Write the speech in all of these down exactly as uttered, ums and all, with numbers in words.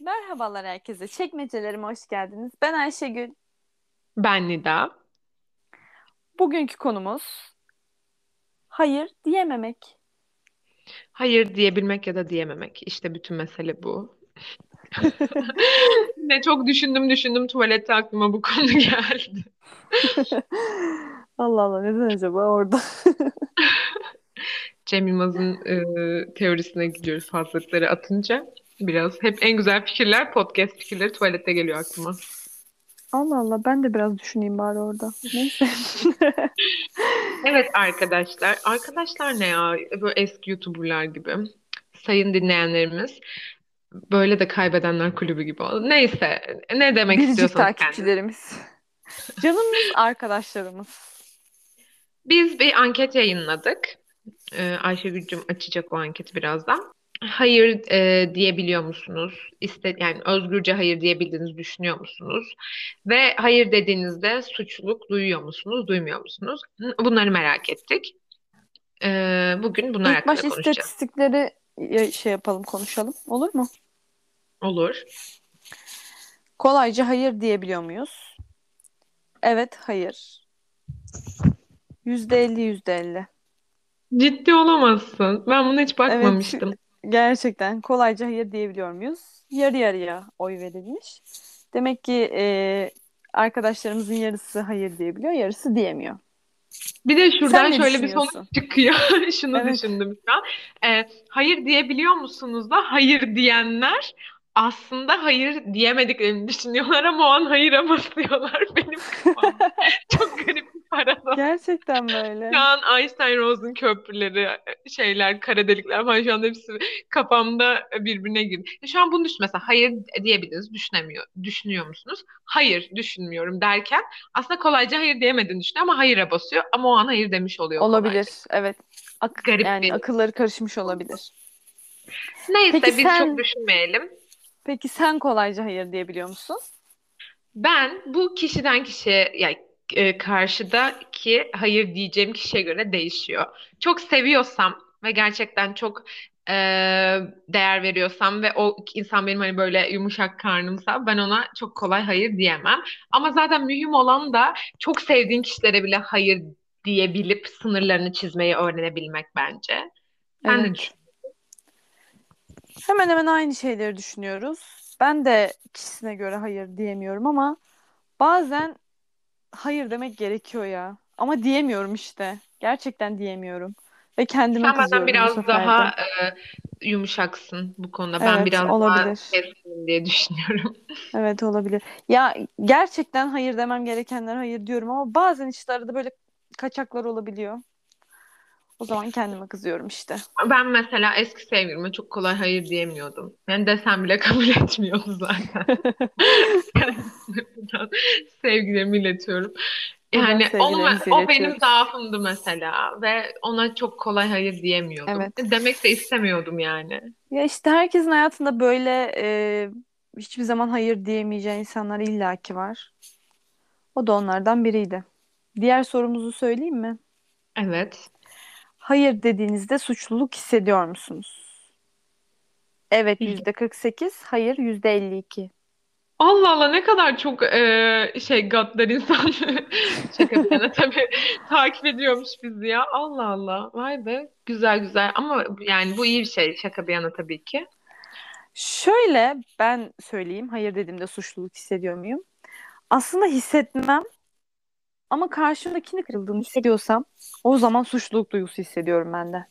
Merhabalar herkese. Çekmecelerime hoş geldiniz. Ben Ayşegül. Ben Nida. Bugünkü konumuz hayır diyememek. Hayır diyebilmek ya da diyememek. İşte bütün mesele bu. Ne çok düşündüm düşündüm tuvalette aklıma bu konu geldi. Allah Allah, neden acaba orada? Cem Yılmaz'ın e, teorisine gidiyoruz fazlalıkları atınca. Biraz hep en güzel fikirler, podcast fikirleri tuvalette geliyor aklıma. Allah Allah, ben de biraz düşüneyim bari orada. Neyse. Evet arkadaşlar. Arkadaşlar ne ya? Böyle eski YouTuber'lar gibi. Sayın dinleyenlerimiz. Böyle de kaybedenler kulübü gibi oldu. Neyse. Ne demek Biricik istiyorsanız kendiniz. takipçilerimiz. Canımız arkadaşlarımız. Biz bir anket yayınladık. Ee, Ayşegül'cüm açacak o anketi birazdan. Hayır e, diyebiliyor musunuz? İste, yani özgürce hayır diyebildiğinizi düşünüyor musunuz? Ve hayır dediğinizde suçluluk duyuyor musunuz, duymuyor musunuz? Bunları merak ettik. Ee, bugün bunlar İlk baş hakkında konuşacağız. istatistikleri ya- şey yapalım, konuşalım. Olur mu? Olur. Kolayca hayır diyebiliyor muyuz? Evet, hayır. Yüzde elli, yüzde elli. Ciddi olamazsın. Ben buna hiç Evet, bakmamıştım. gerçekten kolayca hayır diyebiliyor muyuz? Yarı yarıya oy verilmiş. Demek ki e, arkadaşlarımızın yarısı hayır diyebiliyor, yarısı diyemiyor. Bir de Sen şuradan ne şöyle bir sonuç düşünüyorsun? çıkıyor. Şunu Evet, düşündüm şu an. Ee, hayır diyebiliyor musunuz da hayır diyenler aslında hayır diyemediklerini düşünüyorlar ama o an hayıra basıyorlar benim kafamda. Çok garip bir paradoks. gerçekten Şu böyle. an Einstein-Rosen köprüleri, şeyler, kara delikler falan şu anda hepsi kafamda birbirine girdi. Şu an bunu düşün mesela hayır diyebiliriz, düşünemiyor, düşünüyor musunuz? Hayır, düşünmüyorum derken aslında kolayca hayır diyemediğini düşünüyor ama hayıra basıyor ama o an hayır demiş oluyor kolayca. Olabilir, evet. Ak Garip yani bir. akılları karışmış olabilir. Peki Neyse biz çok sen, düşünmeyelim. peki sen kolayca hayır diyebiliyor musun? Ben bu kişiden kişiye yani e, karşıdaki hayır diyeceğim kişiye göre değişiyor. Çok seviyorsam ve gerçekten çok e, değer veriyorsam ve o insan benim hani böyle yumuşak karnımsa ben ona çok kolay hayır diyemem. Ama zaten mühim olan da çok sevdiğin kişilere bile hayır diyebilip sınırlarını çizmeyi öğrenebilmek bence. Sen ne Evet. düşünüyorsun? Hemen hemen aynı şeyleri düşünüyoruz. Ben de kişisine göre hayır diyemiyorum ama bazen hayır demek gerekiyor ya. Ama diyemiyorum işte. Gerçekten diyemiyorum. Ve kendime Sen benden kızıyorum bu biraz sefer daha de. e, yumuşaksın bu konuda. Ben Evet, biraz daha olabilir. keskinim diye düşünüyorum. Evet, olabilir. Ya gerçekten hayır demem gerekenlere hayır diyorum ama bazen işte arada böyle kaçaklar olabiliyor. O zaman kendime kızıyorum işte. Ben mesela eski sevgilime çok kolay hayır diyemiyordum. Yani desem bile kabul etmiyordu zaten. Buradan sevgilerimi iletiyorum. Buradan Yani onu, sevgilerimizi o benim iletiyoruz. zaafımdı mesela ve ona çok kolay hayır diyemiyordum. Evet. Demek de istemiyordum yani. Ya işte herkesin hayatında böyle e, hiçbir zaman hayır diyemeyeceği insanlar illaki var. O da onlardan biriydi. Diğer sorumuzu söyleyeyim mi? Evet. Hayır dediğinizde suçluluk hissediyor musunuz? Evet yüzde kırk sekiz, hayır yüzde elli iki. Allah Allah ne kadar çok e, şey gaddar insan şaka bir yana tabii takip ediyormuş bizi ya. Allah Allah. Vay be. Güzel güzel ama yani bu iyi bir şey şaka bir yana tabii ki. Şöyle ben söyleyeyim, hayır dediğimde suçluluk hissediyor muyum? Aslında hissetmem ama karşımdakini kırıldığını hissediyorsam o zaman suçluluk duygusu hissediyorum ben de.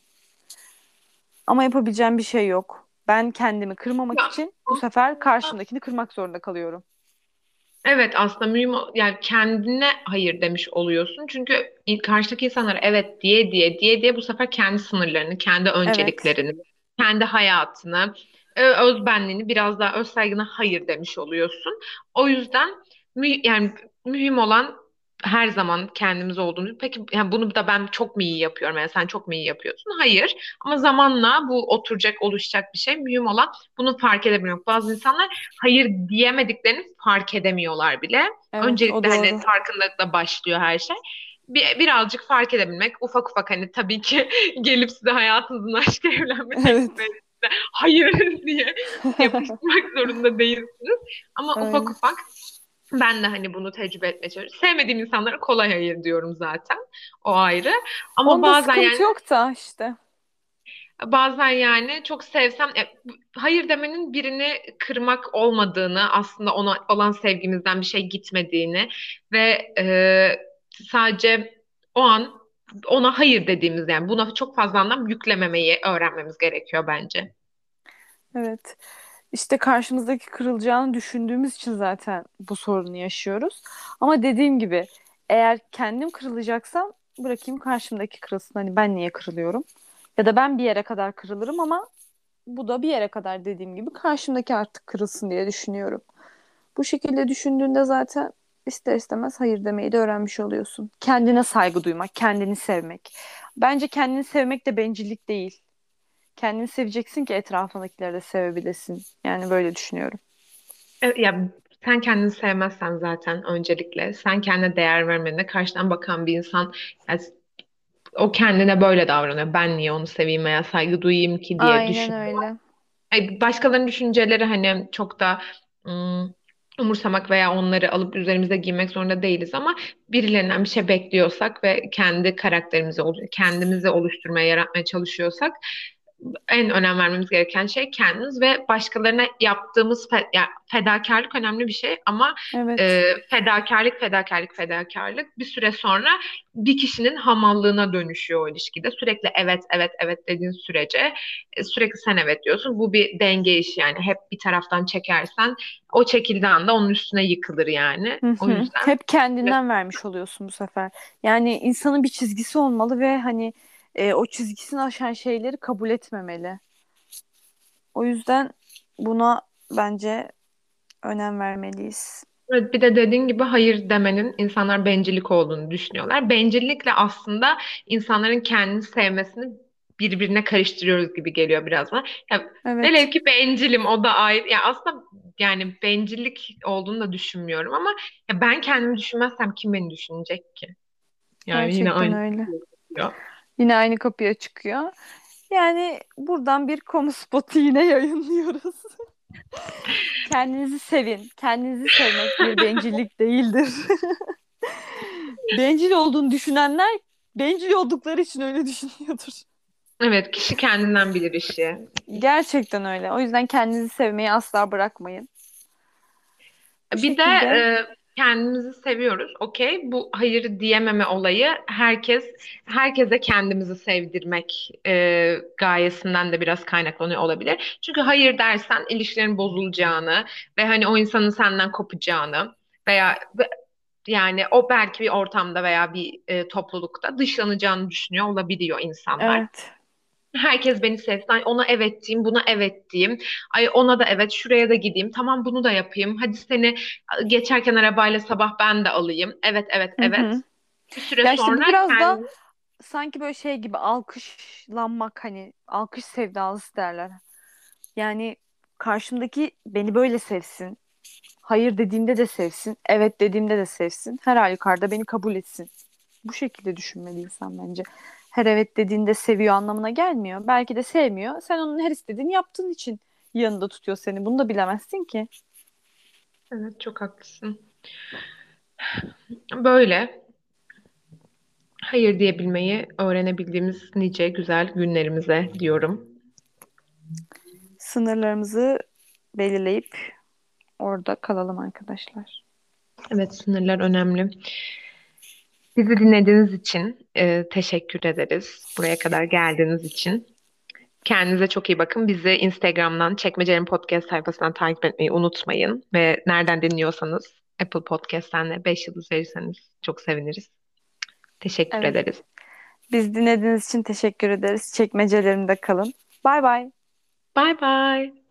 Ama yapabileceğim bir şey yok. Ben kendimi kırmamak Ya için bu sefer karşımdakini kırmak zorunda kalıyorum. evet aslında mühim o- yani kendine hayır demiş oluyorsun. Çünkü il- karşıdaki insanlar evet diye diye diye diye bu sefer kendi sınırlarını, kendi Evet, önceliklerini, kendi hayatını, ö- özbenliğini biraz daha öz saygına hayır demiş oluyorsun. O yüzden mü yani mühim olan her zaman kendimiz olduğunu. Peki yani bunu da ben çok mu iyi yapıyorum? Yani sen çok mu iyi yapıyorsun? Hayır. Ama zamanla bu oturacak, oluşacak bir şey. Mühim olan bunu fark edebilmek. Bazı insanlar hayır diyemediklerini fark edemiyorlar bile. evet o Öncelikle hani doğru. farkındalıkla başlıyor her şey. Bir, birazcık fark edebilmek ufak ufak hani tabii ki gelip size hayatınızın aşkı evlenme Evet. teklif ediyor. hayır diye yapıştırmak zorunda değilsiniz. Ama ufak Öyle. ufak ben de hani bunu tecrübe etmeye çalışıyorum. Sevmediğim insanlara kolay hayır diyorum zaten. O ayrı. Ama Onda bazen sıkıntı yani yok da işte. bazen yani çok sevsem e, hayır demenin birini kırmak olmadığını, aslında ona olan sevgimizden bir şey gitmediğini ve e, sadece o an ona hayır dediğimiz, yani buna çok fazla anlam yüklememeyi öğrenmemiz gerekiyor bence. Evet. İşte karşımızdaki kırılacağını düşündüğümüz için zaten bu sorunu yaşıyoruz. Ama dediğim gibi eğer kendim kırılacaksam bırakayım karşımdaki kırılsın. Hani ben niye kırılıyorum? Ya da ben bir yere kadar kırılırım ama bu da bir yere kadar dediğim gibi karşımdaki artık kırılsın diye düşünüyorum. Bu şekilde düşündüğünde zaten ister istemez hayır demeyi de öğrenmiş oluyorsun. Kendine saygı duymak, kendini sevmek. Bence kendini sevmek de bencillik değil. Kendini seveceksin ki etrafındakileri de sevebilesin. Yani böyle düşünüyorum. E, Ya sen kendini sevmezsen zaten öncelikle sen kendine değer vermediğinde karşıdan bakan bir insan, yani o kendine böyle davranıyor. Ben niye onu seveyim veya saygı duyayım ki diye Aynen düşün. öyle. Ay, başkalarının düşünceleri hani çok da ım, umursamak veya onları alıp üzerimize giymek zorunda değiliz, ama birilerinden bir şey bekliyorsak ve kendi karakterimizi, olu- kendimizi oluşturmaya, yaratmaya çalışıyorsak en önem vermemiz gereken şey kendimiz ve başkalarına yaptığımız fe- ya, fedakarlık önemli bir şey, ama Evet. e, fedakarlık fedakarlık fedakarlık bir süre sonra bir kişinin hamallığına dönüşüyor o ilişkide. Sürekli evet evet evet dediğin sürece e, sürekli sen evet diyorsun. Bu bir denge işi yani. Hep bir taraftan çekersen o çekildiği anda onun üstüne yıkılır yani. Hı O hı. yüzden Hep kendinden vermiş oluyorsun bu sefer. Yani insanın bir çizgisi olmalı ve hani e, o çizgisini aşan şeyleri kabul etmemeli. O yüzden buna bence önem vermeliyiz. evet, bir de dediğin gibi hayır demenin insanlar bencillik olduğunu düşünüyorlar. Bencillikle aslında insanların kendini sevmesini birbirine karıştırıyoruz gibi geliyor biraz bana. Ya, velev Evet. ki bencilim, o da ayrı. Ya aslında yani bencillik olduğunu da düşünmüyorum, ama ya ben kendimi düşünmezsem kim beni düşünecek ki? Yani yine Gerçekten aynı öyle. şey oluyor. Yine aynı kapıya çıkıyor. Yani buradan bir kamu spotu yine yayınlıyoruz. Kendinizi sevin. Kendinizi sevmek bir bencillik değildir. Bencil olduğunu düşünenler bencil oldukları için öyle düşünüyordur. Evet, kişi kendinden bilir işi. Gerçekten öyle. O yüzden kendinizi sevmeyi asla bırakmayın. Bu Bir de şekilde. e, kendimizi seviyoruz. Okey. Bu hayır diyememe olayı herkes herkese kendimizi sevdirmek e, gayesinden de biraz kaynaklanıyor olabilir. Çünkü hayır dersen ilişkilerin bozulacağını ve hani o insanın senden kopacağını veya ve- yani o belki bir ortamda veya bir e, toplulukta dışlanacağını düşünüyor olabiliyor insanlar. Evet. Herkes beni sevsin. Ay ona evet diyeyim, buna evet diyeyim. Ay ona da evet, şuraya da gideyim. Tamam, bunu da yapayım. Hadi seni geçerken arabayla sabah ben de alayım. Evet, evet, Hı hı. evet. Bir süre Ya işte bu sonra biraz da kendi... sanki böyle şey gibi alkışlanmak hani alkış sevdalısı derler. Yani karşımdaki beni böyle sevsin. Hayır dediğimde de sevsin. Evet dediğimde de sevsin. Her halükarda beni kabul etsin. Bu şekilde düşünmeli insan bence. Her evet dediğinde seviyor anlamına gelmiyor. Belki de sevmiyor. Sen onun her istediğini yaptığın için yanında tutuyor seni. Bunu da bilemezsin ki. Evet, çok haklısın. Böyle hayır diyebilmeyi öğrenebildiğimiz nice güzel günlerimize diyorum. Sınırlarımızı belirleyip orada kalalım arkadaşlar. Evet, sınırlar önemli. Bizi dinlediğiniz için e, teşekkür ederiz. Buraya kadar geldiğiniz için. Kendinize çok iyi bakın. Bizi Instagram'dan Çekmece'nin podcast sayfasından takip etmeyi unutmayın. Ve nereden dinliyorsanız Apple Podcast'ten de beş yıldız verirseniz çok seviniriz. Teşekkür Evet. ederiz. Biz dinlediğiniz için teşekkür ederiz. Çekmecelerimde kalın. Bay bay. Bye bye.